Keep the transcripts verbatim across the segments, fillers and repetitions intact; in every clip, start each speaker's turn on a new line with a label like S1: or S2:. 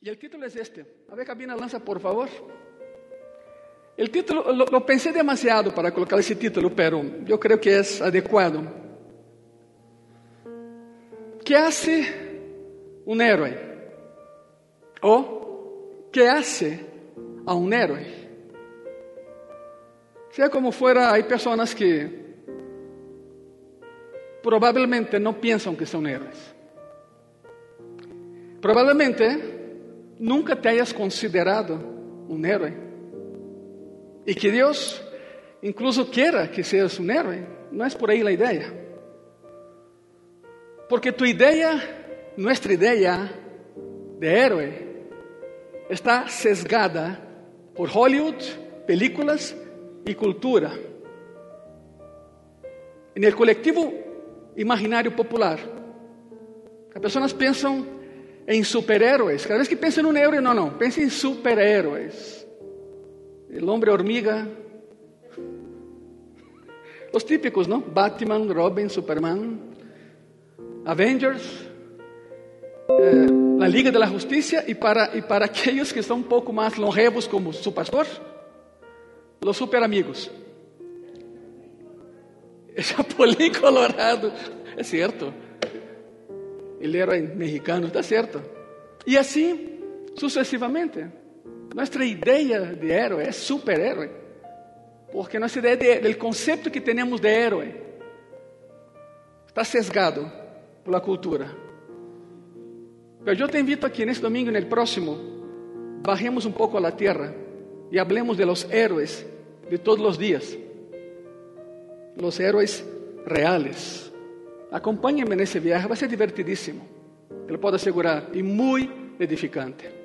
S1: Y el título es este. A ver, cabina, lanza, por favor. El título, lo, lo pensé demasiado para colocar ese título, pero yo creo que es adecuado. ¿Qué hace un héroe? ¿O qué hace a un héroe? Sea como fuera, hay personas que probablemente no piensan que son héroes. Probablemente nunca te hayas considerado un héroe. Y que Dios incluso quiera que seas un héroe. No es por ahí la idea. Porque tu idea, nuestra idea de héroe, está sesgada por Hollywood, películas y cultura. En el colectivo imaginario popular, las personas piensan en superhéroes. Cada vez que piensan en un héroe, no, no, piensan en superhéroes. El hombre hormiga, los típicos, ¿no? Batman, Robin, Superman, Avengers, eh, la Liga de la Justicia, y para, y para aquellos que son un poco más longevos como su pastor, los super amigos. El Chapulín Colorado, es cierto. El héroe mexicano, está cierto. Y así sucesivamente. Nuestra idea de héroe es superhéroe. Porque nuestra idea de, del concepto que tenemos de héroe está sesgado por la cultura. Pero yo te invito a que en este domingo, en el próximo, bajemos un poco a la tierra y hablemos de los héroes de todos los días. Los héroes reales. Acompáñenme en ese viaje, va a ser divertidísimo, te lo puedo asegurar, y muy edificante.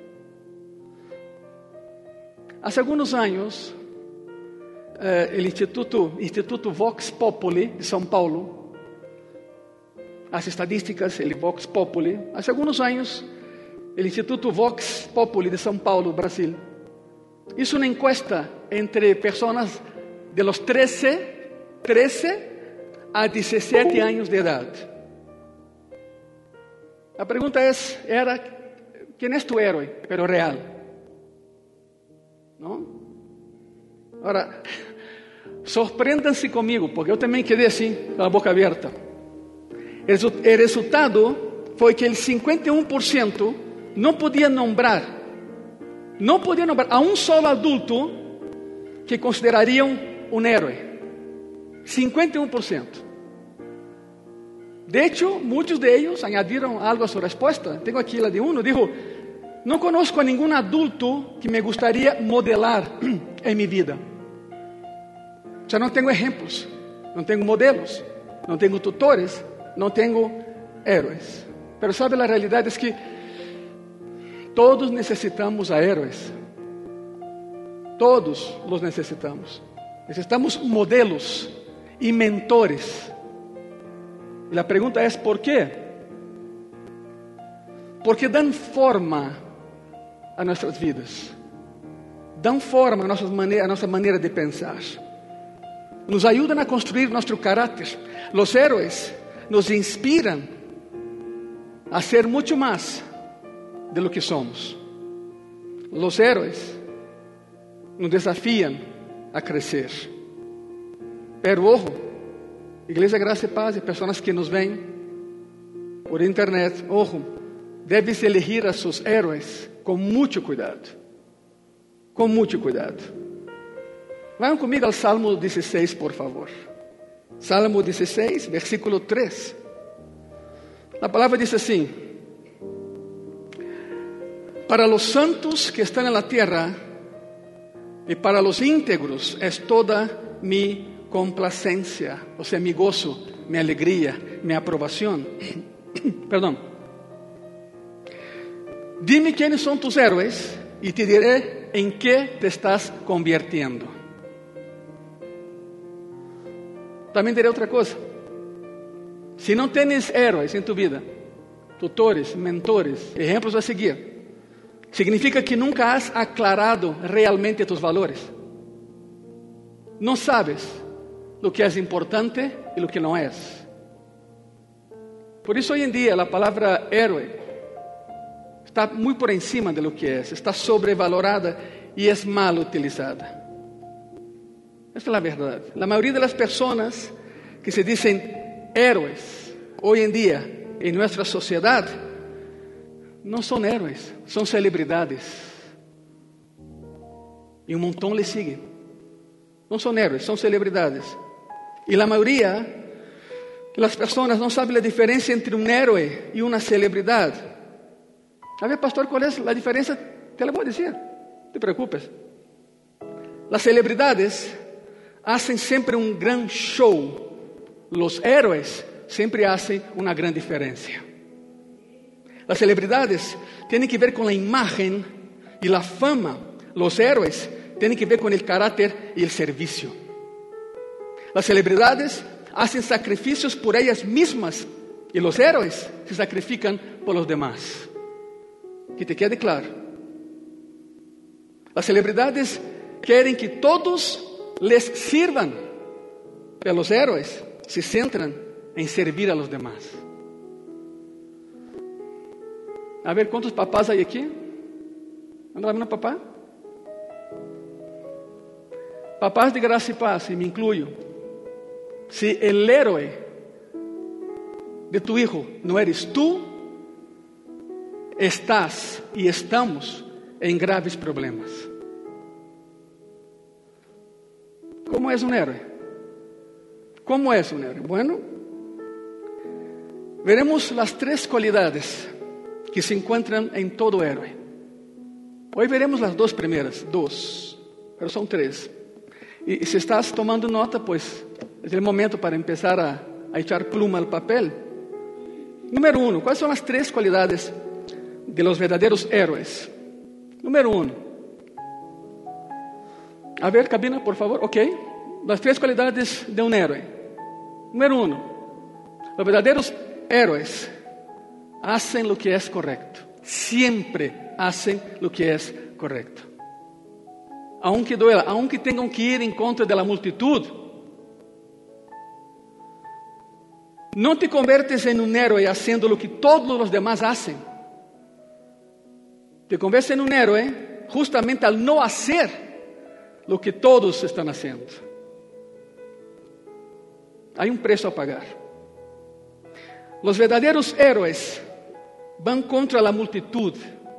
S1: Hace algunos años, eh, el Instituto, Instituto Vox Populi de São Paulo, las estadísticas, el Vox Populi, hace algunos años, el Instituto Vox Populi de São Paulo, Brasil, hizo una encuesta entre personas de los trece, trece a diecisiete años de edad. La pregunta es, era, ¿quién es tu héroe? Pero real. ¿No? Ahora, sorpréndanse conmigo, porque yo también quedé así, con la boca abierta. El, el resultado fue que el cincuenta y uno por ciento no podía nombrar, no podía nombrar a un solo adulto que considerarían un héroe. cincuenta y uno por ciento. De hecho, muchos de ellos añadieron algo a su respuesta. Tengo aquí la de uno, dijo: no conozco a ningún adulto que me gustaría modelar en mi vida. O sea, no tengo ejemplos, no tengo modelos, no tengo tutores, no tengo héroes. Pero sabe, la realidad es que todos necesitamos a héroes. Todos los necesitamos. Necesitamos modelos y mentores. Y la pregunta es, ¿por qué? Porque dan forma a nuestras vidas, dan forma a, nuestras maneira, a nuestra manera de pensar, nos ayudan a construir nuestro carácter. Los héroes nos inspiran a ser mucho más de lo que somos. Los héroes nos desafían a crecer. Pero ojo, Iglesia Gracia y Paz y personas que nos ven por internet, ojo, debes elegir a sus héroes con mucho cuidado. Con mucho cuidado. Vayan conmigo al Salmo dieciséis, por favor. Salmo dieciséis, versículo tres. La palabra dice así: para los santos que están en la tierra y para los íntegros es toda mi complacencia, o sea, mi gozo, mi alegría, mi aprobación. Perdón. Dime quiénes son tus héroes y te diré en qué te estás convirtiendo. También diré otra cosa. Si no tienes héroes en tu vida, tutores, mentores, ejemplos a seguir, significa que nunca has aclarado realmente tus valores. No sabes lo que es importante y lo que no es. Por eso hoy en día la palabra héroe está muy por encima de lo que es, está sobrevalorada y es mal utilizada. Esa es la verdad. La mayoría de las personas que se dicen héroes hoy en día en nuestra sociedad no son héroes, son celebridades. Y un montón les siguen. No son héroes, son celebridades. Y la mayoría de las personas no saben la diferencia entre un héroe y una celebridad. A ver, pastor, ¿cuál es la diferencia? Te la voy a decir, no te preocupes. Las celebridades hacen siempre un gran show. Los héroes siempre hacen una gran diferencia. Las celebridades tienen que ver con la imagen y la fama. Los héroes tienen que ver con el carácter y el servicio. Las celebridades hacen sacrificios por ellas mismas y los héroes se sacrifican por los demás. Que te quede claro. Las celebridades quieren que todos les sirvan, pero los héroes se centran en servir a los demás. A ver, ¿cuántos papás hay aquí? ¿Anda la papá? Papás de gracia y paz, y me incluyo. Si el héroe de tu hijo no eres tú, estás y estamos en graves problemas. ¿Cómo es un héroe? ¿Cómo es un héroe? Bueno, veremos las tres cualidades que se encuentran en todo héroe. Hoy veremos las dos primeras, dos, pero son tres. Y, y si estás tomando nota, pues es el momento para empezar a, a echar pluma al papel. Número uno, ¿cuáles son las tres cualidades de los verdaderos héroes? Número uno. A ver, cabina, por favor. Ok. Las tres cualidades de un héroe. Número uno. Los verdaderos héroes hacen lo que es correcto. Siempre hacen lo que es correcto. Aunque duela, aunque tengan que ir en contra de la multitud. No te conviertes en un héroe haciendo lo que todos los demás hacen. Te conviertes en un héroe justamente al no hacer lo que todos están haciendo. Hay un precio a pagar. Los verdaderos héroes van contra la multitud.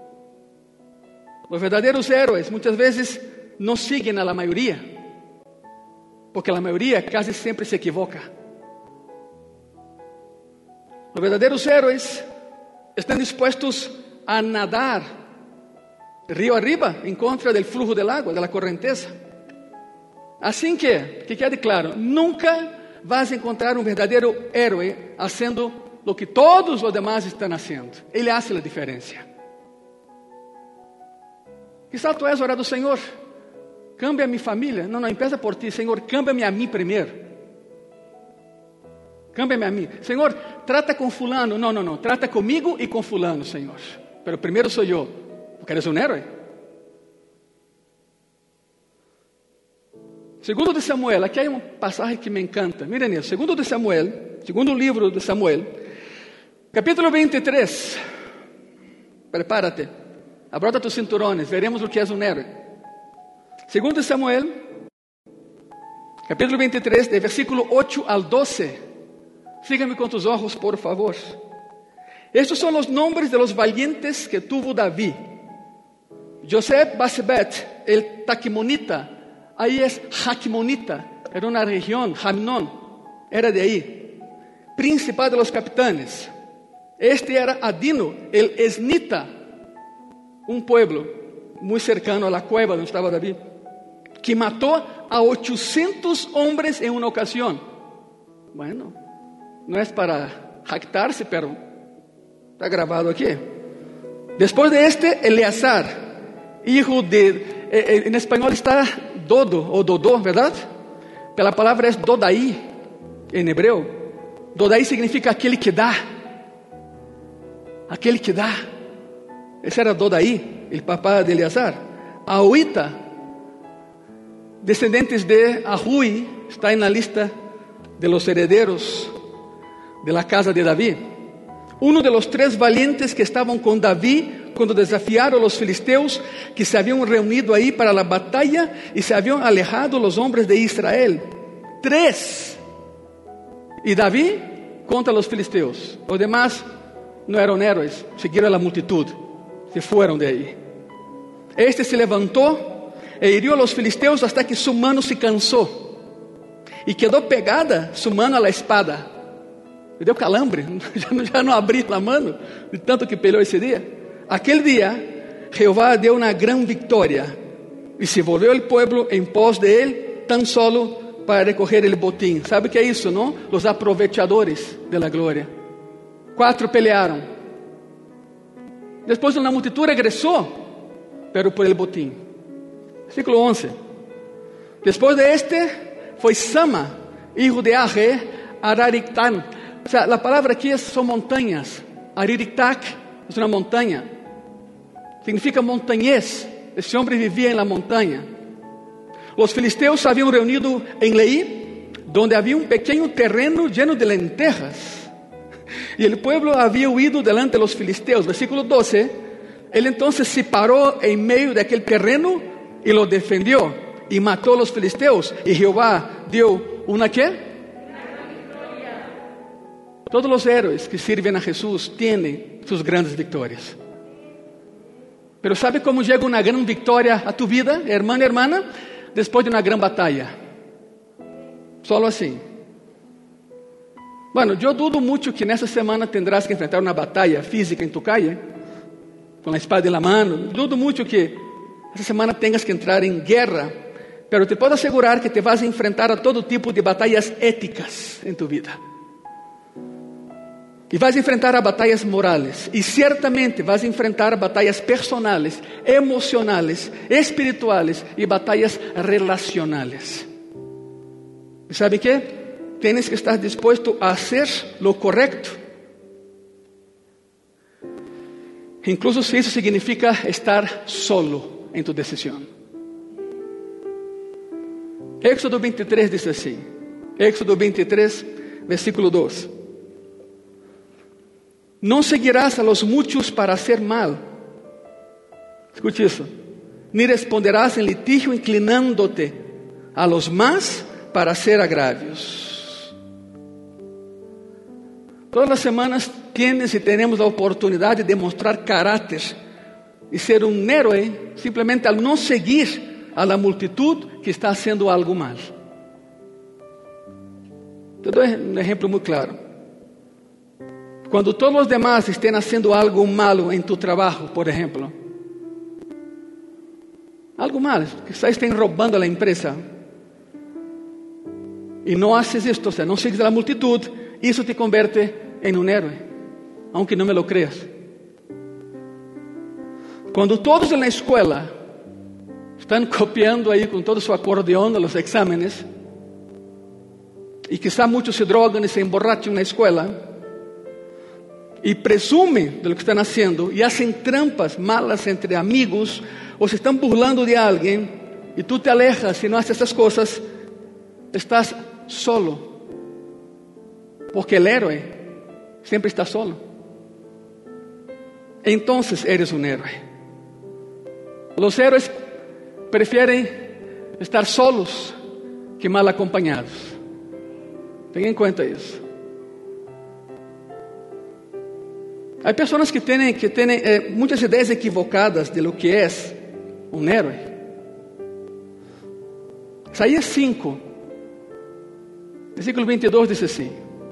S1: Los verdaderos héroes muchas veces no siguen a la mayoría, porque la mayoría casi siempre se equivoca. Los verdaderos héroes están dispuestos a nadar río arriba en contra del flujo del agua, de la corrienteza. Así que, que quede claro, nunca vas a encontrar un verdadero héroe haciendo lo que todos los demás están haciendo. Ele hace la diferencia. Quizá tú has orado, Señor, cambia mi familia. No, no, empieza por ti, Señor, cámbiame a mí primero. Cámbiame a mí. Señor, trata con fulano. No, no, no, trata conmigo y con fulano, Señor. Pero primero soy yo, porque eres un héroe. Segundo de Samuel, aquí hay un pasaje que me encanta. Miren eso, segundo de Samuel, segundo libro de Samuel, capítulo veintitrés. Prepárate, abrota tus cinturones, veremos lo que es un héroe. Segundo de Samuel, capítulo veintitrés, de versículo ocho al doce. Sígueme con tus ojos, por favor. Estos son los nombres de los valientes que tuvo David. José Basebet, el Taquimonita. Ahí es Jaquimonita, era una región, Hamnón, era de ahí. Principal de los capitanes. Este era Adino, el Esnita, un pueblo muy cercano a la cueva donde estaba David, que mató a ochocientos hombres en una ocasión. Bueno, no es para jactarse, pero está grabado aquí. Después de este, Eleazar, hijo de, eh, en español está Dodo o Dodó, ¿verdad? Pero la palabra es Dodai en hebreo. Dodai significa aquel que da. Aquel que da. Ese era Dodai, el papá de Eleazar. Ahuita, descendientes de Ahui, está en la lista de los herederos de la casa de David. Uno de los tres valientes que estaban con David cuando desafiaron a los filisteos que se habían reunido ahí para la batalla y se habían alejado los hombres de Israel. Tres. Y David contra los filisteos. Los demás no eran héroes, siguieron la multitud, se fueron de ahí. Este se levantó e hirió a los filisteos hasta que su mano se cansó y quedó pegada su mano a la espada. Me deu calambre, já não, já não abri a mano de tanto que peleou esse dia. Aquele dia, Jeová deu uma grande vitória e se volvió el pueblo en pos de él tan solo para recoger el botín. ¿Sabe o que é isso, não? Os aprovechadores de la gloria. Quatro pelearam. Depois uma multitud regressou, pero por el botín. Versículo once. Depois de este, foi Sama, hijo de Age, Ararictán. O sea, la palabra aquí es, son montañas. Ararictac es una montaña. Significa montañés. Esse homem vivia en la montaña. Los filisteos se habían reunido en Leí, donde había un pequeño terreno lleno de lentejas. Y el pueblo había huido delante de los filisteos. Versículo doce. Él entonces se paró en medio de aquel terreno y lo defendió y mató a los filisteos. Y Jehová dio una ¿qué? Todos los héroes que sirven a Jesús tienen sus grandes victorias. Pero ¿sabe cómo llega una gran victoria a tu vida, hermano y hermana? Después de una gran batalla. Solo así. Bueno, yo dudo mucho que en esta semana tendrás que enfrentar una batalla física en tu calle, con la espada en la mano. Dudo mucho que esta semana tengas que entrar en guerra, pero te puedo asegurar que te vas a enfrentar a todo tipo de batallas éticas en tu vida. Y vas a enfrentar a batallas morales. Y ciertamente vas a enfrentar a batallas personales, emocionales, espirituales y batallas relacionales. ¿Y sabe qué? Tienes que estar dispuesto a hacer lo correcto. Incluso si eso significa estar solo en tu decisión. Éxodo veintitrés dice así. Éxodo veintitrés, versículo dos. No seguirás a los muchos para hacer mal. Escuche eso. Ni responderás en litigio inclinándote a los más para hacer agravios. Todas las semanas tienes y tenemos la oportunidad de demostrar carácter y ser un héroe simplemente al no seguir a la multitud que está haciendo algo mal. Te doy un ejemplo muy claro. Cuando todos los demás estén haciendo algo malo en tu trabajo, por ejemplo, algo malo, quizás estén robando a la empresa, y no haces esto, o sea, no sigues a la multitud, eso te convierte en un héroe, aunque no me lo creas. Cuando todos en la escuela están copiando ahí con todo su acordeón de los exámenes, y quizá muchos se drogan y se emborrachan en la escuela, y presumen de lo que están haciendo y hacen trampas malas entre amigos o se están burlando de alguien y tú te alejas y no haces esas cosas, estás solo, porque el héroe siempre está solo. Entonces eres un héroe. Los héroes prefieren estar solos que mal acompañados. Tenga en cuenta eso. Hay personas que tienen, que tienen eh, muchas ideas equivocadas de lo que es un héroe. Isaías cinco, versículo veintidós dice así.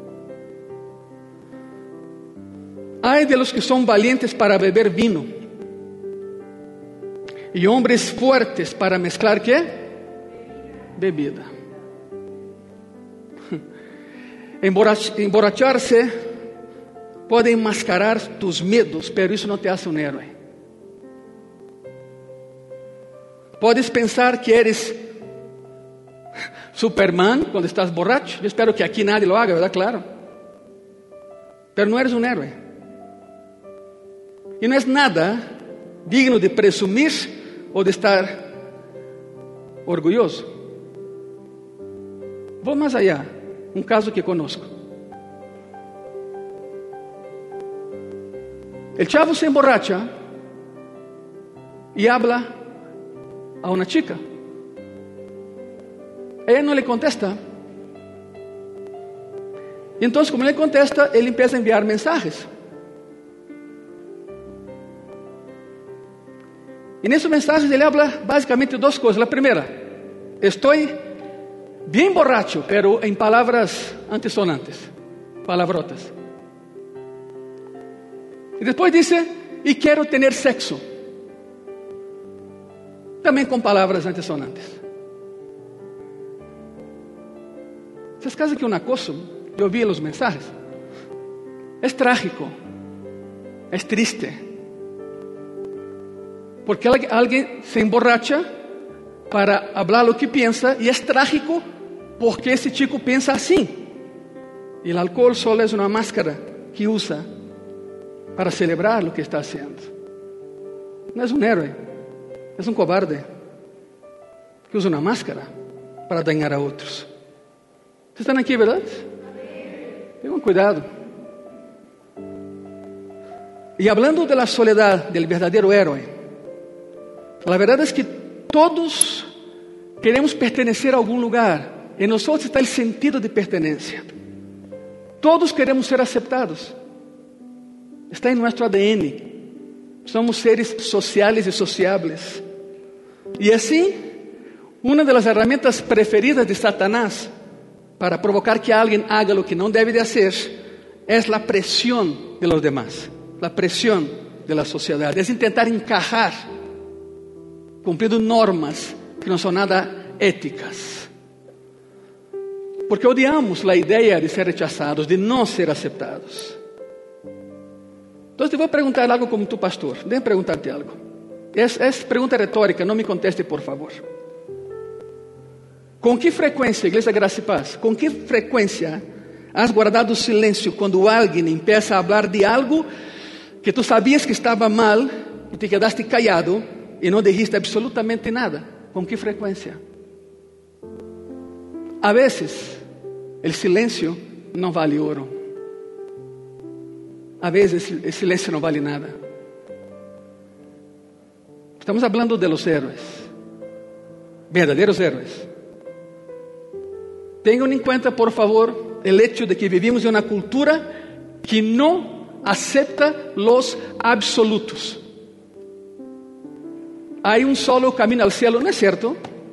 S1: Hay de los que son valientes para beber vino y hombres fuertes para mezclar ¿qué? Bebida. Emborrach- emborracharse puede enmascarar tus miedos, pero eso no te hace un héroe. Puedes pensar que eres Superman cuando estás borracho. Yo espero que aquí nadie lo haga, ¿verdad? Claro. Pero no eres un héroe. Y no es nada digno de presumir o de estar orgulloso. Voy más allá. Un caso que conozco. El chavo se emborracha y habla a una chica. Ella no le contesta. Y entonces, como le contesta, él empieza a enviar mensajes. Y en esos mensajes él habla básicamente dos cosas. La primera, estoy bien borracho, pero en palabras antisonantes, palabrotas. Y después dice, y quiero tener sexo. También con palabras antisonantes. Es casi que un acoso. Yo vi los mensajes. Es trágico. Es triste. Porque alguien se emborracha para hablar lo que piensa, y es trágico porque ese chico piensa así. Y el alcohol solo es una máscara que usa para celebrar lo que está haciendo. No es un héroe, es un cobarde que usa una máscara para dañar a otros. ¿Están aquí, verdad? Tengan cuidado. Y hablando de la soledad del verdadero héroe, la verdad es que todos queremos pertenecer a algún lugar. En nosotros está el sentido de pertenencia. Todos queremos ser aceptados. Está en nuestro A D N. Somos seres sociales y sociables. Y así, una de las herramientas preferidas de Satanás para provocar que alguien haga lo que no debe de hacer es la presión de los demás, la presión de la sociedad. Es intentar encajar cumpliendo normas que no son nada éticas. Porque odiamos la idea de ser rechazados, de no ser aceptados. Entonces te voy a preguntar algo como tu pastor. Déjame preguntarte algo. Es, es pregunta retórica, no me conteste por favor. ¿Con qué frecuencia, Iglesia Gracia y Paz, con qué frecuencia has guardado silencio cuando alguien empieza a hablar de algo que tú sabías que estaba mal y te quedaste callado y no dijiste absolutamente nada? ¿Con qué frecuencia? A veces el silencio no vale oro. A veces el silencio no vale nada. Estamos hablando de los héroes, verdaderos héroes. Tengan en cuenta, por favor, el hecho de que vivimos en una cultura que no acepta los absolutos. Hay un solo camino al cielo, ¿no es cierto?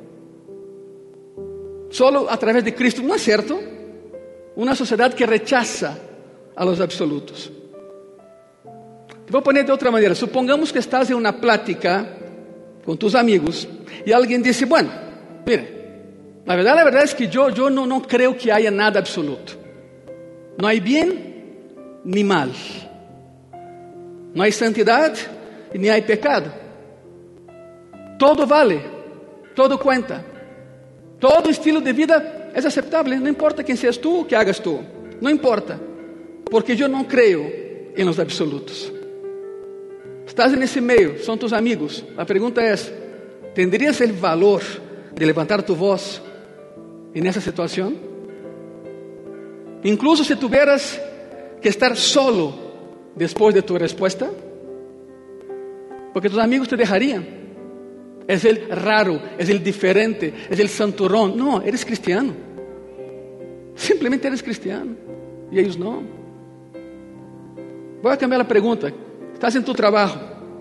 S1: Solo a través de Cristo, ¿no es cierto? Una sociedad que rechaza a los absolutos. Te voy a poner de otra manera. Supongamos que estás en una plática con tus amigos y alguien dice, bueno, mire, la verdad, la verdad es que yo, yo no, no creo que haya nada absoluto. No hay bien ni mal. No hay santidad ni hay pecado. Todo vale, todo cuenta. Todo estilo de vida es aceptable. No importa quién seas tú o qué hagas tú. No importa. Porque yo no creo en los absolutos. Estás en ese medio, son tus amigos. La pregunta es, ¿tendrías el valor de levantar tu voz en esa situación? Incluso si tuvieras que estar solo después de tu respuesta, porque tus amigos te dejarían. Es el raro, es el diferente, es el santurrón. No, eres cristiano. Simplemente eres cristiano y ellos no. Voy a cambiar la pregunta. Estás en tu trabajo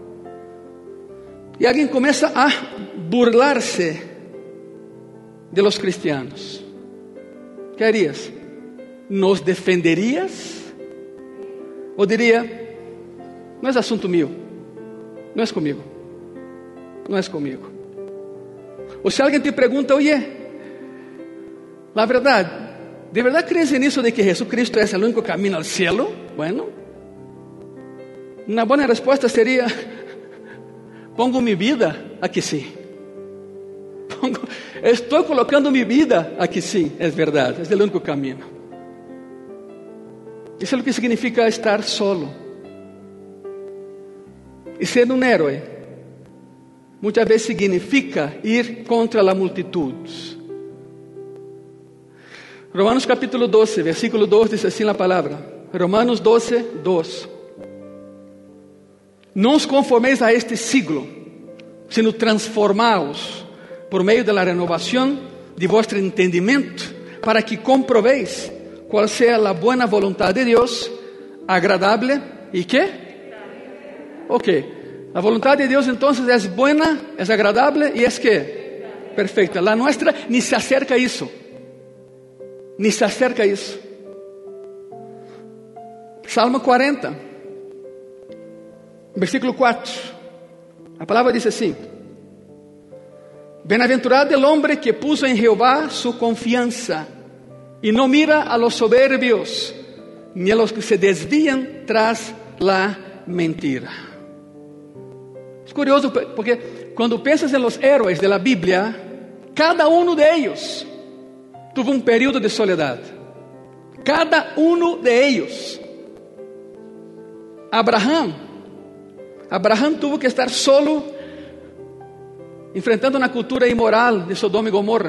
S1: y alguien comienza a burlarse de los cristianos. ¿Qué harías? ¿Nos defenderías? ¿O diría, no es asunto mío, no es conmigo, no es conmigo? O si alguien te pregunta, oye, la verdad, ¿de verdad crees en eso de que Jesucristo es el único camino al cielo? Bueno, una buena respuesta sería, pongo mi vida a que sí. Pongo, estoy colocando mi vida a que sí, es verdad, es el único camino. Eso es lo que significa estar solo. Y ser un héroe muchas veces significa ir contra la multitud. Romanos capítulo doce, versículo dos dice así la palabra. Romanos doce, dos. No os conforméis a este siglo, sino transformaos por meio da renovação de vuestro entendimento, para que comprobéis qual sea a boa vontade de Deus, agradável e que? Ok, a vontade de Deus então é boa, é agradável e é que? Perfeita. La nuestra ni se acerca a isso, ni se acerca a isso. Salmo quarenta, versículo quatro. A palavra diz assim: Bienaventurado el hombre que puso en Jehová su confianza y no mira a los soberbios ni a los que se desvían tras la mentira. Es curioso porque cuando piensas en los héroes de la Biblia, cada uno de ellos tuvo un periodo de soledad. Cada uno de ellos. Abraham, Abraham tuvo que estar solo, enfrentando una cultura inmoral de Sodoma y Gomorra.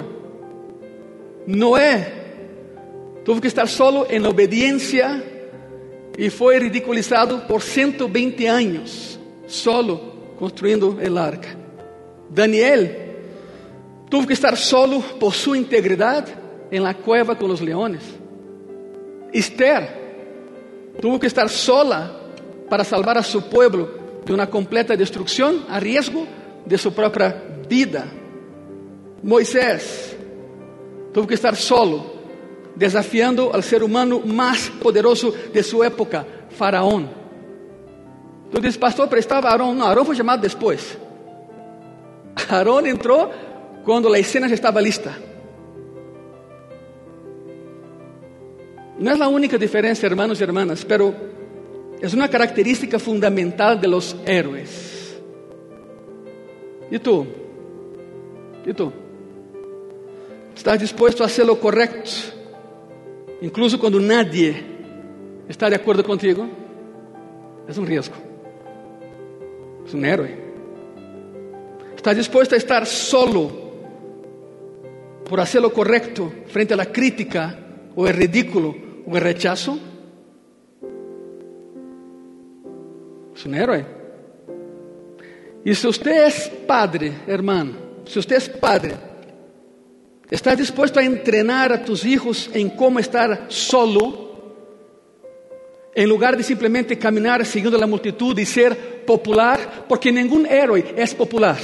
S1: Noé tuvo que estar solo en obediencia y fue ridiculizado por ciento veinte años, solo construyendo el arca. Daniel tuvo que estar solo por su integridad en la cueva con los leones. Esther tuvo que estar sola para salvar a su pueblo de una completa destrucción a riesgo de su propia vida. Moisés tuvo que estar solo, desafiando al ser humano más poderoso de su época, Faraón. Tú dices, pastor, pero estaba Aarón. No, Aarón fue llamado después. Aarón entró cuando la escena ya estaba lista. No es la única diferencia, hermanos y hermanas, pero es una característica fundamental de los héroes. ¿Y tú? ¿Y tú? ¿Estás dispuesto a hacer lo correcto, incluso cuando nadie está de acuerdo contigo? Es un riesgo. Es un héroe. ¿Estás dispuesto a estar solo por hacer lo correcto frente a la crítica o el ridículo o el rechazo? Es un héroe. Y si usted es padre, hermano, si usted es padre, ¿estás dispuesto a entrenar a tus hijos en cómo estar solo, en lugar de simplemente caminar siguiendo la multitud y ser popular? Porque ningún héroe es popular.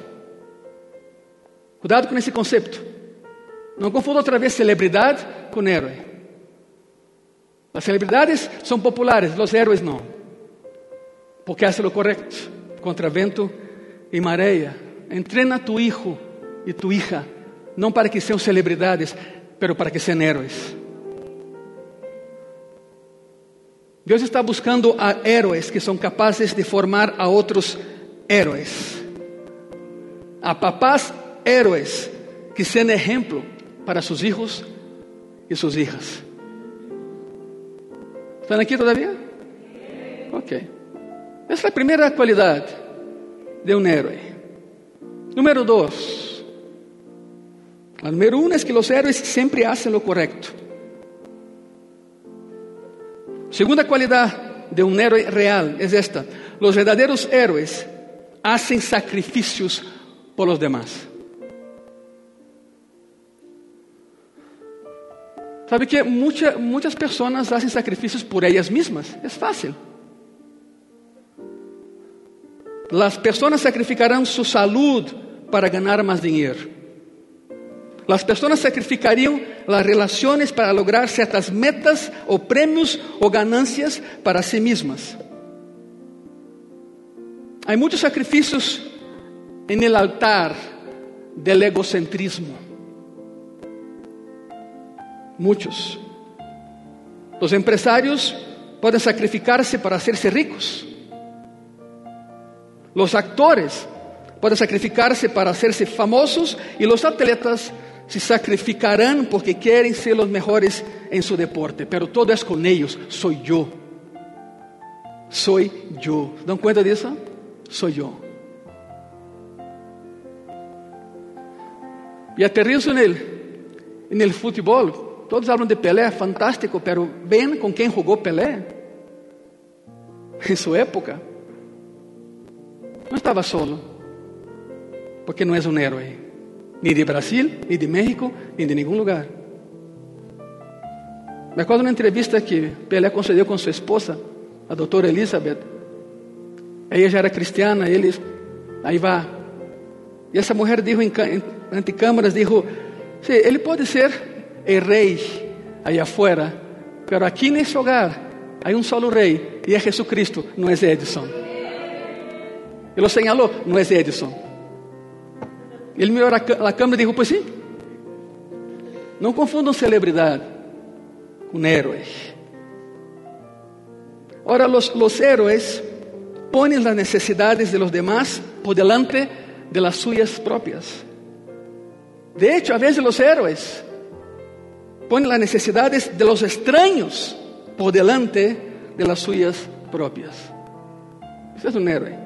S1: Cuidado con ese concepto. No confunda otra vez celebridad con héroe. Las celebridades son populares, los héroes no. Porque hace lo correcto, contra viento y marea. Entrena a tu hijo y tu hija, no para que sean celebridades, pero para que sean héroes. Dios está buscando a héroes que son capaces de formar a otros héroes. A papás héroes que sean ejemplo para sus hijos y sus hijas. ¿Están aquí todavía? Ok. Esa es la primera cualidad de un héroe. Número dos. La número uno es que los héroes siempre hacen lo correcto. Segunda cualidad de un héroe real es esta: los verdaderos héroes hacen sacrificios por los demás. ¿Sabe que mucha, muchas personas hacen sacrificios por ellas mismas? Es fácil. Las personas sacrificarán su salud para ganar más dinero. Las personas sacrificarían las relaciones para lograr ciertas metas o premios o ganancias para sí mismas. Hay muchos sacrificios en el altar del egocentrismo. Muchos. Los empresarios pueden sacrificarse para hacerse ricos. Los actores pueden sacrificarse para hacerse famosos, y los atletas se sacrificarán porque quieren ser los mejores en su deporte. Pero todo es con ellos. Soy yo. Soy yo. ¿Dan cuenta de eso? Soy yo. Y aterrizo en el, en el fútbol. Todos hablan de Pelé, fantástico, pero ven con quién jugó Pelé en su época. No estaba solo. porque no es un héroe, ni de Brasil, ni de México, ni de ningún lugar. Me acuerdo de una entrevista que Pelé concedió con su esposa, la doctora Elizabeth. Ella ya era cristiana, él, ahí va. Y esa mujer dijo en, en anticámaras, dijo, sí, él puede ser el rey allá afuera, pero aquí en ese hogar hay un solo rey, y es Jesucristo, no es Edison. Y lo señaló, no es Edison. Y él miró a la cámara y dijo, pues sí, no confundan celebridad con héroe. Ahora los, los héroes ponen las necesidades de los demás por delante de las suyas propias. De hecho, a veces los héroes ponen las necesidades de los extraños por delante de las suyas propias. Ese es un héroe.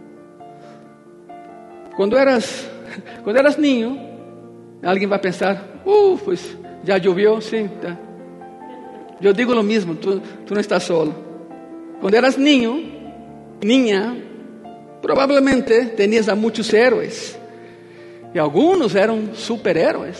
S1: Cuando eras, cuando eras niño, alguien va a pensar, uh, pues ya llovió, sí. Ya. Yo digo lo mismo, tú, tú no estás solo. Cuando eras niño, niña, probablemente tenías a muchos héroes. Y algunos eran superhéroes.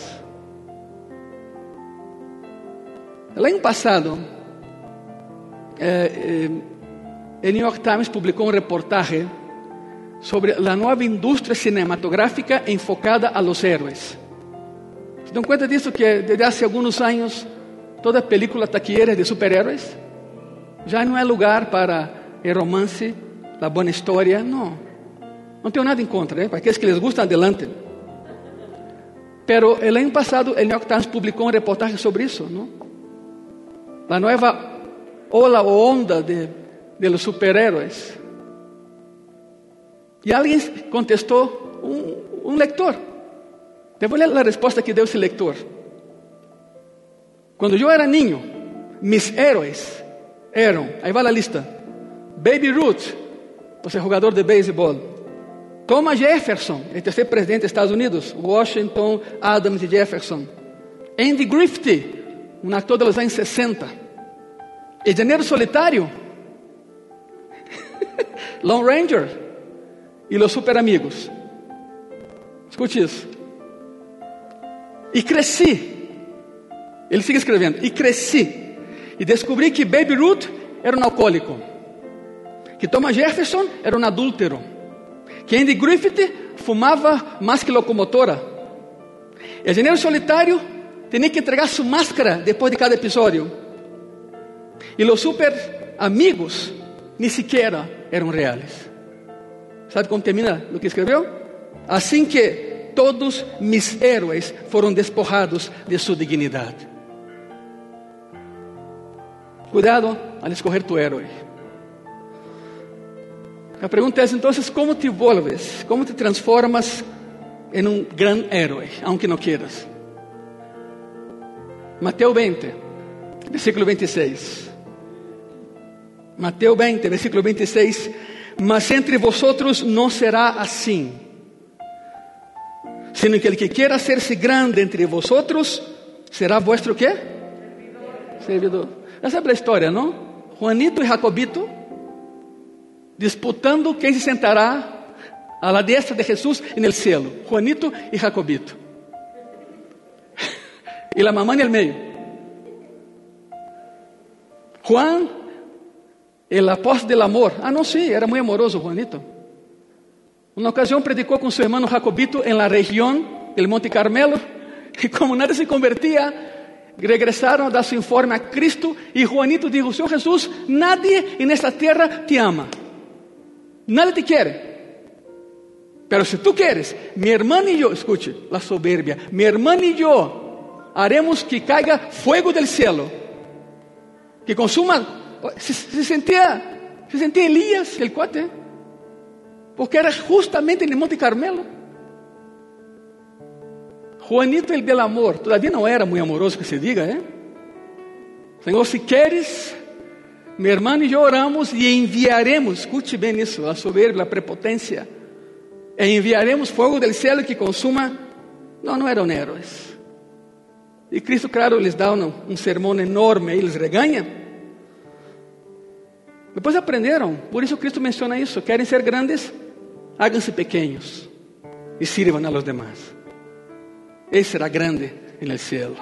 S1: El año pasado, eh, eh, el New York Times publicó un reportaje sobre la nueva industria cinematográfica enfocada a los héroes. ¿Se dan cuenta de eso? Que desde hace algunos años toda película taquillera es de superhéroes. Ya no hay lugar para el romance, la buena historia. No, no tengo nada en contra, ¿eh? Para aquellos que les gusta, adelante. Pero el año pasado el New York Times publicó un reportaje sobre eso, ¿no? La nueva ola o onda de, de los superhéroes. Y alguien contestó, un, un lector. Te voy a leer la respuesta que dio ese lector. Cuando yo era niño, mis héroes eran, ahí va la lista, Baby Ruth, o sea, jugador de béisbol, Thomas Jefferson, el tercer presidente de Estados Unidos, Washington, Adams y Jefferson, Andy Griffith, un actor de los años sesenta, El Llanero Solitario, Lone Ranger y los Super Amigos. Escuche eso. Y crecí, ele sigue escrevendo, e cresci, e descobri que Baby Ruth era um alcoólico, que Thomas Jefferson era um adúltero, que Andy Griffith fumava mais que locomotora, e El Llanero Solitário tinha que entregar sua máscara depois de cada episódio, e os super amigos nem sequer eram reais. Sabe como termina o que escreveu? Assim que todos mis héroes foram despojados de sua dignidade. Cuidado al escoger tu héroe. La pregunta es entonces, ¿cómo te vuelves? ¿Cómo te transformas en un gran héroe, aunque no quieras? Mateo veinte, versículo veintiséis. Mateo veinte, versículo veintiséis. Mas entre vosotros no será así, sino que el que quiera hacerse grande entre vosotros será vuestro ¿qué? Servidor. Servidor. Ya sabe la historia, ¿no? Juanito y Jacobito disputando quién se sentará a la diestra de Jesús en el cielo. Juanito y Jacobito. Y la mamá en el medio. Juan, el apóstol del amor. Ah, no, sí, era muy amoroso Juanito. Una ocasión predicó con su hermano Jacobito en la región del Monte Carmelo. Y como nadie se convertía, regresaron a dar su informe a Cristo. Y Juanito dijo, Señor Jesús, nadie en esta tierra te ama. Nadie te quiere. Pero si tú quieres, mi hermano y yo, escuche, la soberbia, mi hermano y yo haremos que caiga fuego del cielo, que consuma. Se, se sentía, se sentía Elías, el cuate, porque era justamente en el Monte Carmelo. Juanito el del amor, todavía no era muy amoroso que se diga, ¿eh? Señor, si quieres, mi hermano y yo oramos y enviaremos, escuche bien eso, la soberbia, la prepotencia, e enviaremos fuego del cielo que consuma. No, no eran héroes. Y Cristo, claro, les da un, un sermón enorme y les regaña. Depois aprenderam, por isso Cristo menciona isso. Querem ser grandes? Háganse pequeños. y sirvan a los demás. Él será grande en el cielo.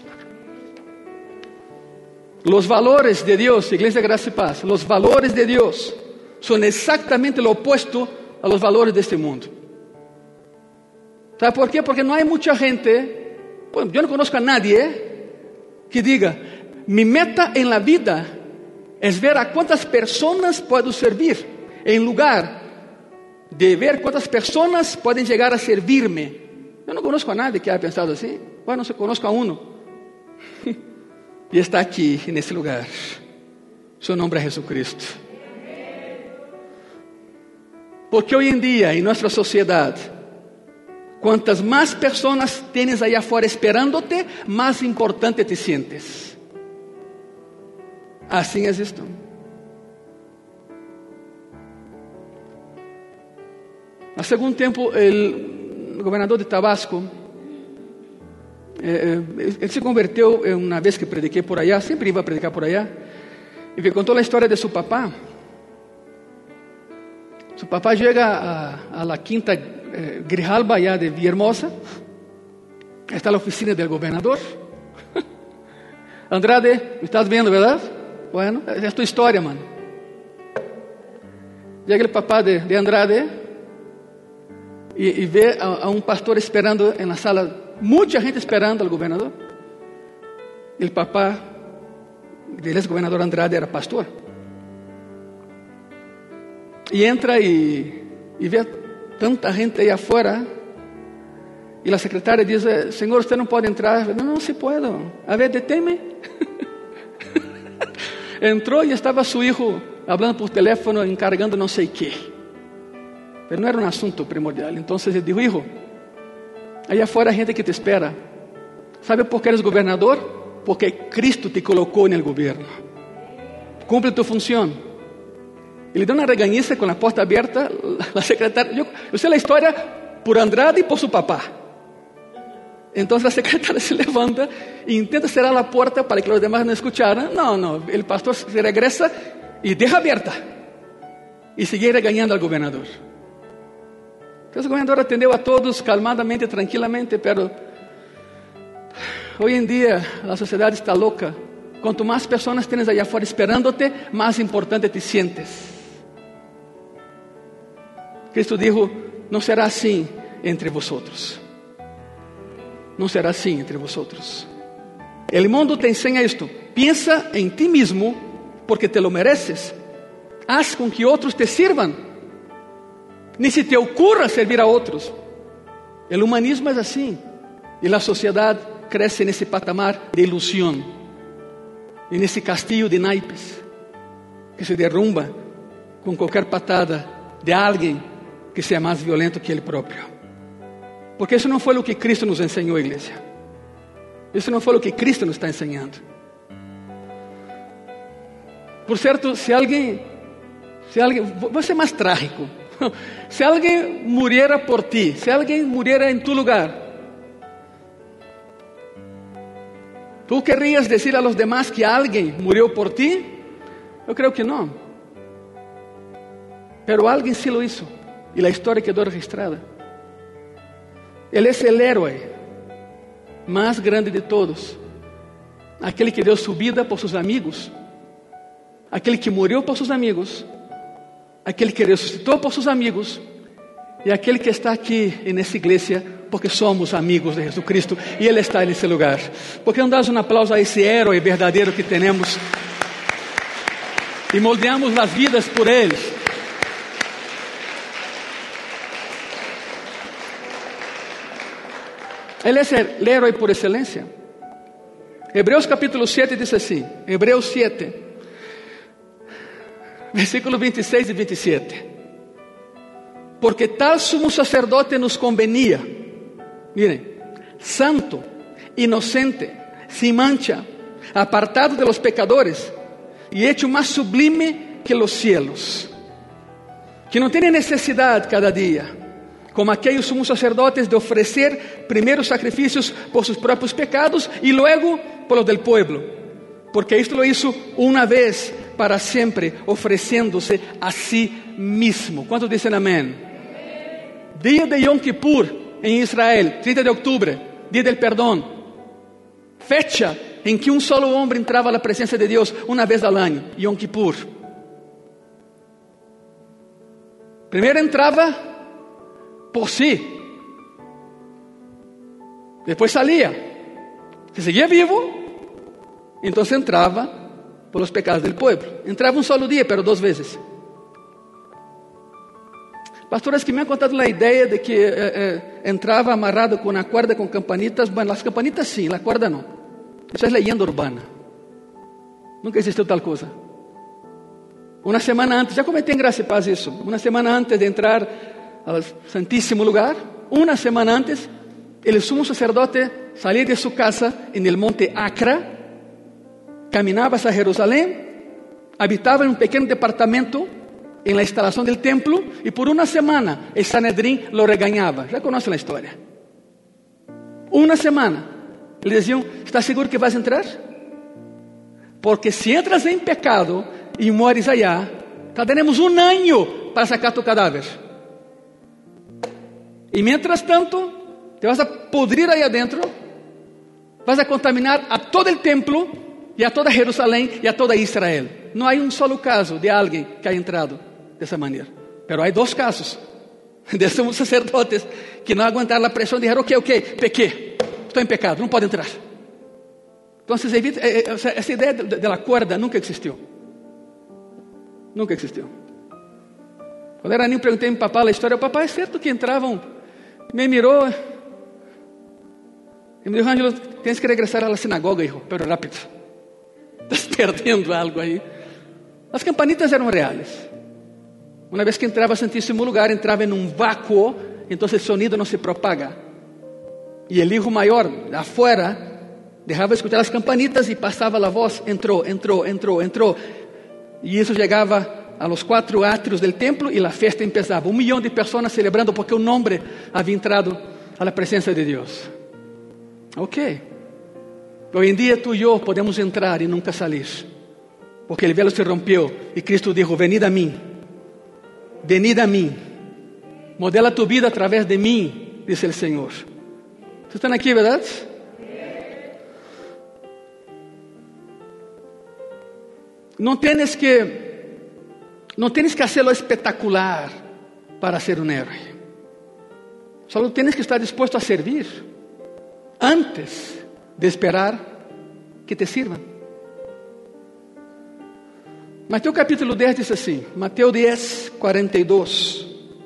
S1: Los valores de Dios, Iglesia Gracia y Paz, los valores de Dios son exactamente lo opuesto a los valores de este mundo. ¿Sabe por qué? Porque no hay mucha gente, bueno, yo no conozco a nadie ¿eh? que diga, mi meta en la vida es ver a cuántas personas puedo servir, en lugar de ver cuántas personas pueden llegar a servirme. Yo no conozco a nadie que haya pensado así. Bueno, se conozco a uno. Y está aquí, en este lugar. Su nombre es Jesucristo. Porque hoy en día, en nuestra sociedad, cuantas más personas tienes allá afuera esperándote, más importante te sientes. Así es esto. Hace algún tiempo, el gobernador de Tabasco, eh, él se convirtió una vez que prediqué por allá, siempre iba a predicar por allá, y me contó la historia de su papá. Su papá llega a, a la quinta eh, Grijalba allá de Villahermosa. Está la oficina del gobernador. Andrade, ¿me estás viendo, verdad? Bueno, esa es tu historia, mano. Llega el papá de, de Andrade y, y ve a, a un pastor esperando en la sala, mucha gente esperando al gobernador. El papá del ex gobernador Andrade era pastor. Y entra y, y ve a tanta gente ahí afuera. Y la secretaria dice, señor, usted no puede entrar. No, no, sí puedo. A ver, deténme. Entró y estaba su hijo hablando por teléfono, encargando no sé qué. Pero no era un asunto primordial. Entonces él dijo, hijo, allá afuera hay gente que te espera. ¿Sabe por qué eres gobernador? Porque Cristo te colocó en el gobierno. Cumple tu función. Y le dio una regañiza con la puerta abierta. La secretaria, yo, yo sé la historia por Andrade y por su papá. Entonces la secretaria se levanta e intenta cerrar la puerta para que los demás no escucharan. No, no, el pastor se regresa y deja abierta. Y sigue regañando al gobernador. Entonces el gobernador atendió a todos calmadamente, tranquilamente, pero hoy en día la sociedad está loca. Cuanto más personas tienes allá afuera esperándote, más importante te sientes. Cristo dijo, no será así entre vosotros. No será así entre vosotros. El mundo te enseña esto. Piensa en ti mismo porque te lo mereces. Haz con que otros te sirvan. Ni se te ocurra servir a otros. El humanismo es así. Y la sociedad crece en ese patamar de ilusión. En ese castillo de naipes que se derrumba con cualquier patada de alguien que sea más violento que él propio. Porque eso no fue lo que Cristo nos enseñó, iglesia. Eso no fue lo que Cristo nos está enseñando. Por cierto, si alguien, si alguien, voy a ser más trágico. Si alguien muriera por ti, si alguien muriera en tu lugar, ¿tú querrías decir a los demás que alguien murió por ti? Yo creo que no. Pero alguien sí lo hizo. Y la historia quedó registrada. Él es el héroe más grande de todos. Aquel que dio su vida por sus amigos. Aquel que murió por sus amigos. Aquel que resucitó por sus amigos. Y aquel que está aquí en esta iglesia porque somos amigos de Jesucristo. Y Él está en ese lugar. ¿Por qué no das un aplauso a ese héroe verdadero que tenemos? Y moldeamos las vidas por Él. Él es el héroe por excelencia. Hebreos capítulo siete dice así. Hebreos siete. Versículos veintiséis y veintisiete. Porque tal sumo sacerdote nos convenía. Miren, santo, inocente, sin mancha, apartado de los pecadores y hecho más sublime que los cielos, que no tiene necesidad cada día, como aquellos sumos sacerdotes, de ofrecer primero sacrificios por sus propios pecados y luego por los del pueblo, porque esto lo hizo una vez para siempre, ofreciéndose a sí mismo. ¿Cuántos dicen amén? día de Yom Kippur en Israel, treinta de octubre, día del perdón, fecha en que un solo hombre entraba a la presencia de Dios una vez al año, Yom Kippur. Primero entraba por sí, después salía. Si seguía vivo, entonces entraba por los pecados del pueblo. Entraba un solo día, pero dos veces. Pastores que me han contado la idea de que eh, eh, entraba amarrado con una cuerda con campanitas. Bueno, las campanitas sí, la cuerda no. Eso es leyenda urbana. Nunca existió tal cosa. Una semana antes, ya comenté en Gracia y Paz eso, una semana antes de entrar al Santísimo Lugar, una semana antes, el sumo sacerdote salía de su casa en el monte Acra, caminaba hacia Jerusalén, habitaba en un pequeño departamento en la instalación del templo, y por una semana el Sanedrín lo regañaba. Ya conocen la historia. Una semana le decían: ¿estás seguro que vas a entrar? Porque si entras en pecado y mueres allá, tenemos un año para sacar tu cadáver. Y mientras tanto, te vas a pudrir ahí adentro, vas a contaminar a todo el templo y a toda Jerusalén y a toda Israel. No hay un solo caso de alguien que haya entrado de esa manera, pero hay dos casos de sumos sacerdotes que no aguantaron la presión y dijeron: ok, ok, pequé, estoy en pecado, no puedo entrar. Entonces, evita, eh, eh, o sea, esa idea de, de la cuerda nunca existió. Nunca existió. Cuando era niño, pregunté a mi papá la historia. Papá, ¿es cierto que entraban? Me miró y me dijo: Ángelo, tienes que regresar a la sinagoga, hijo, pero rápido. Estás perdiendo algo ahí. Las campanitas eran reales. Una vez que entraba al Santísimo Lugar, entraba en un vácuo, entonces el sonido no se propaga. Y el hijo mayor, de afuera, dejaba escuchar las campanitas y pasaba la voz: entró, entró, entró, entró. Y eso llegaba a los cuatro atrios del templo y la fiesta empezaba. Un millón de personas celebrando porque un hombre había entrado a la presencia de Dios. Ok. Hoy en día tú y yo podemos entrar y nunca salir, porque el velo se rompió y Cristo dijo: venid a mí, venid a mí, modela tu vida a través de mí, dice el Señor. ¿Ustedes están aquí, verdad? No tienes que, no tienes que hacerlo espectacular para ser un héroe. Solo tienes que estar dispuesto a servir antes de esperar que te sirvan. Mateo capítulo diez dice así, Mateo diez, cuarenta y dos.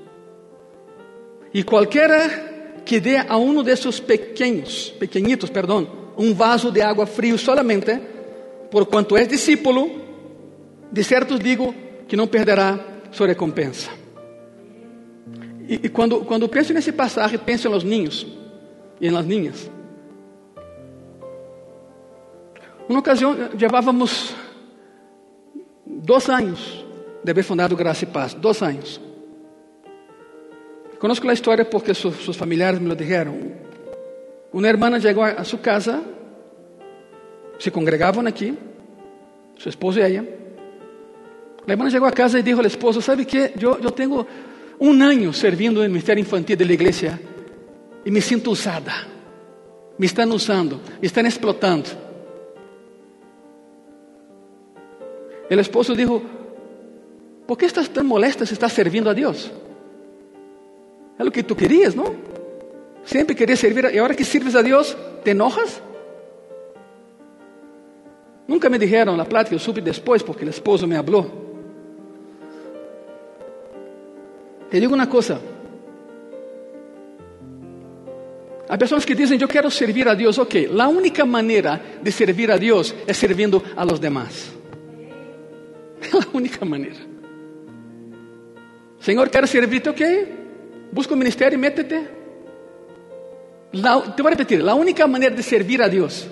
S1: Y cualquiera que dé a uno de esos pequeños, pequeñitos, perdón, un vaso de agua frío solamente, por cuanto es discípulo, de cierto os digo que no perderá su recompensa. Y, y cuando, cuando pienso en ese pasaje, pienso en los niños y en las niñas. Una ocasión llevábamos dos años de haber fundado Gracia y Paz, dos años. Conozco la historia porque sus, sus familiares me lo dijeron. Una hermana llegó a, a su casa, se congregaban aquí, su esposo y ella. La hermana llegó a casa y dijo al esposo: ¿sabe qué? Yo, yo tengo un año sirviendo en el ministerio infantil de la iglesia y me siento usada. Me están usando, me están explotando. El esposo dijo: ¿por qué estás tan molesta si estás sirviendo a Dios? Es lo que tú querías, ¿no? Siempre querías servir, y ahora que sirves a Dios, ¿te enojas? Nunca me dijeron la plática, yo supe después porque el esposo me habló. Te digo una cosa. Hay personas que dicen: yo quiero servir a Dios. Ok, la única manera de servir a Dios es sirviendo a los demás. Es la única manera. Señor, quiero servirte, ok. Busca un ministerio y métete. La, te voy a repetir, la única manera de servir a Dios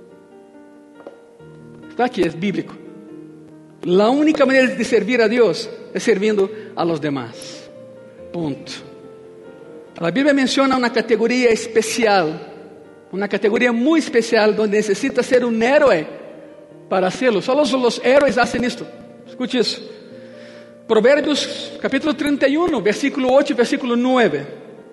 S1: está aquí, es bíblico. La única manera de servir a Dios es sirviendo a los demás. Punto. La Biblia menciona una categoría especial, una categoría muy especial donde necesita ser un héroe para hacerlo. Solo los héroes hacen esto. Escuche eso. Proverbios capítulo treinta y uno, versículo ocho y versículo nueve.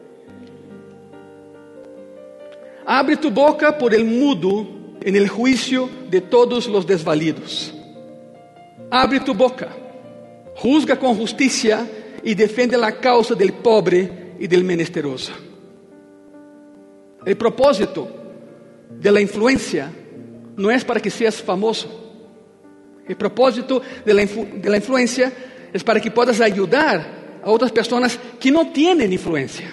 S1: Abre tu boca por el mudo en el juicio de todos los desvalidos. Abre tu boca, juzga con justicia y defiende la causa del pobre y del menesteroso. El propósito de la influencia no es para que seas famoso. El propósito de la, influ- de la influencia es para que puedas ayudar a otras personas que no tienen influencia.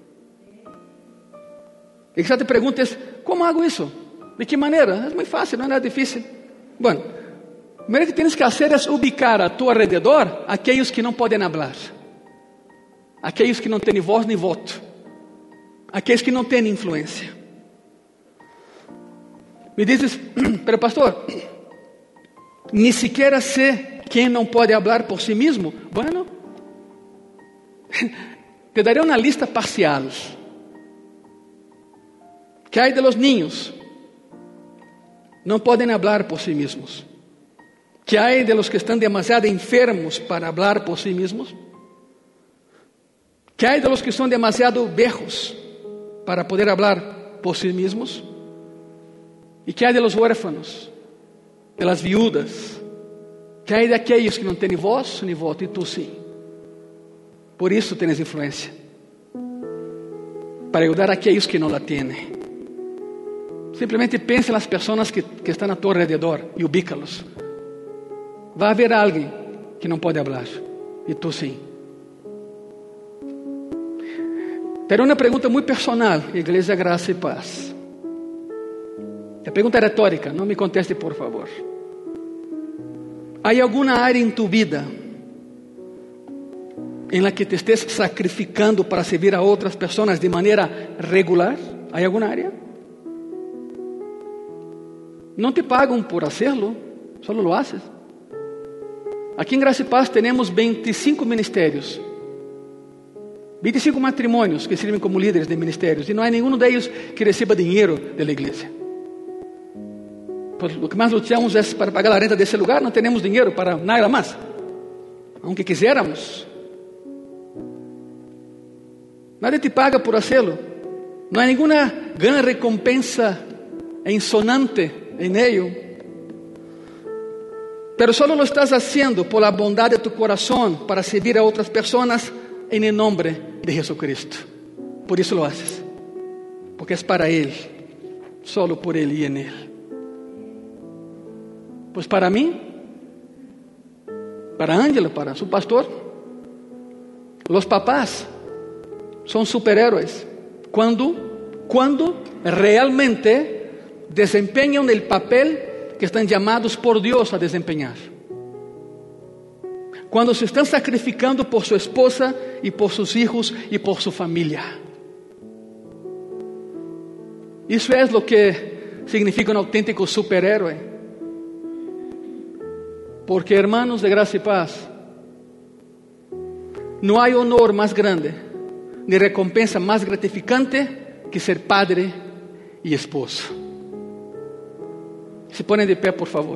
S1: Y quizás te preguntes, ¿cómo hago eso? ¿De qué manera? Es muy fácil, no es nada difícil. Bueno, lo primero que tienes que hacer es ubicar a tu alrededor aquellos que no pueden hablar, aquellos que no tienen voz ni voto, aquellos que no tienen influencia. Me dices, pero pastor, ni siquiera sé quién no puede hablar por sí mismo. Bueno, te daré una lista parcial. ¿Qué hay de los niños? No pueden hablar por sí mismos. ¿Qué hay de los que están demasiado enfermos para hablar por sí mismos? ¿Qué hay de los que son demasiado viejos para poder hablar por sí mismos? ¿Y qué hay de los huérfanos, de las viudas? ¿Qué hay de aquellos que no tienen voz ni voto? Y tú sí. Por eso tienes influencia. Para ayudar a aquellos que no la tienen. Simplemente piensa en las personas que, que están a tu alrededor y ubícalos. Va a haber alguien que no puede hablar. Y tú sí. Te haré una pregunta muy personal, Iglesia Gracia y Paz. La pregunta es retórica, no me conteste por favor. ¿Hay alguna área en tu vida en la que te estés sacrificando para servir a otras personas de manera regular? ¿Hay alguna área? No te pagan por hacerlo, solo lo haces. Aquí en Gracia y Paz tenemos veinticinco ministerios, veinticinco matrimonios que sirven como líderes de ministerios, y no hay ninguno de ellos que reciba dinero de la iglesia. Pues lo que más luchamos es para pagar la renta de ese lugar, no tenemos dinero para nada más, aunque quisiéramos. Nadie te paga por hacerlo, no hay ninguna gran recompensa e insonante en ello, pero solo lo estás haciendo por la bondad de tu corazón para servir a otras personas en el nombre de Jesucristo. Por eso lo haces, porque es para Él, solo por Él y en Él. Pues para mí, para Ángela, para su pastor, los papás son superhéroes cuando, cuando realmente desempeñan el papel que están llamados por Dios a desempeñar. Cuando se están sacrificando por su esposa y por sus hijos y por su familia. Eso es lo que significa un auténtico superhéroe. Porque, hermanos de Gracia y Paz, no hay honor más grande ni recompensa más gratificante que ser padre y esposo. Se ponen de pie, por favor.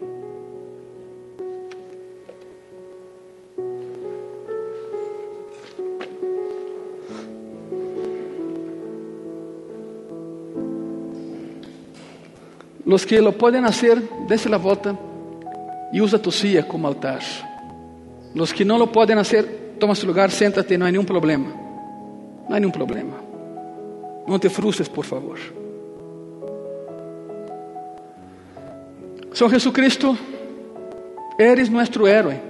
S1: Los que lo pueden hacer, dése la vuelta y usa tu silla como altar. Los que no lo pueden hacer, toma su lugar, siéntate, no hay ningún problema. No hay ningún problema. No te frustres, por favor. Señor Jesucristo, eres nuestro héroe.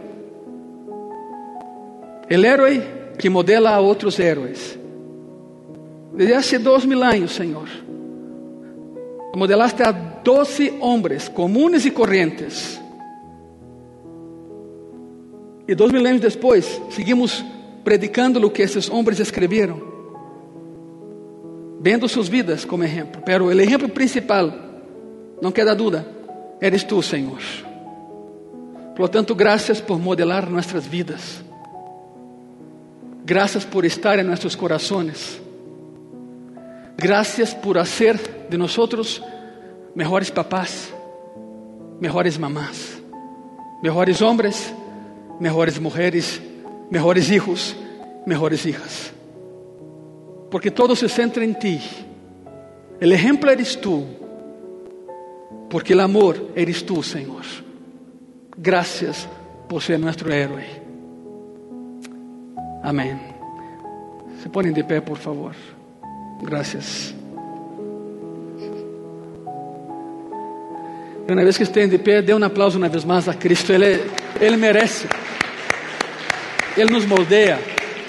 S1: El héroe que modela a otros héroes. Desde hace dos mil años, Señor, modelaste a doce hombres comunes y corrientes. Y dos mil años después, seguimos predicando lo que esos hombres escribieron, viendo sus vidas como ejemplo. Pero el ejemplo principal, no queda duda, eres tú, Señor. Por lo tanto, gracias por modelar nuestras vidas. Gracias por estar en nuestros corazones. Gracias por hacer de nosotros mejores papás, mejores mamás, mejores hombres, mejores mujeres, mejores hijos, mejores hijas. Porque todo se centra en ti, El ejemplo eres tú, porque el amor eres tú, Señor. Gracias por ser nuestro héroe. Amén. Se ponen de pie, por favor. Gracias. Y una vez que estén de pie, dê un aplauso una vez más a Cristo. Él, Él merece. Él nos moldea.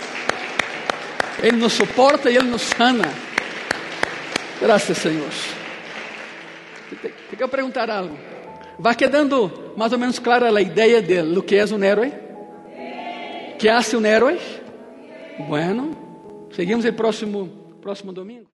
S1: Él nos soporta y Él nos sana. Gracias, Señor. Te, te quiero preguntar algo. ¿Va quedando más o menos clara la idea de lo que es un héroe? ¿Qué hace un héroe? Bueno, seguimos el próximo, próximo domingo.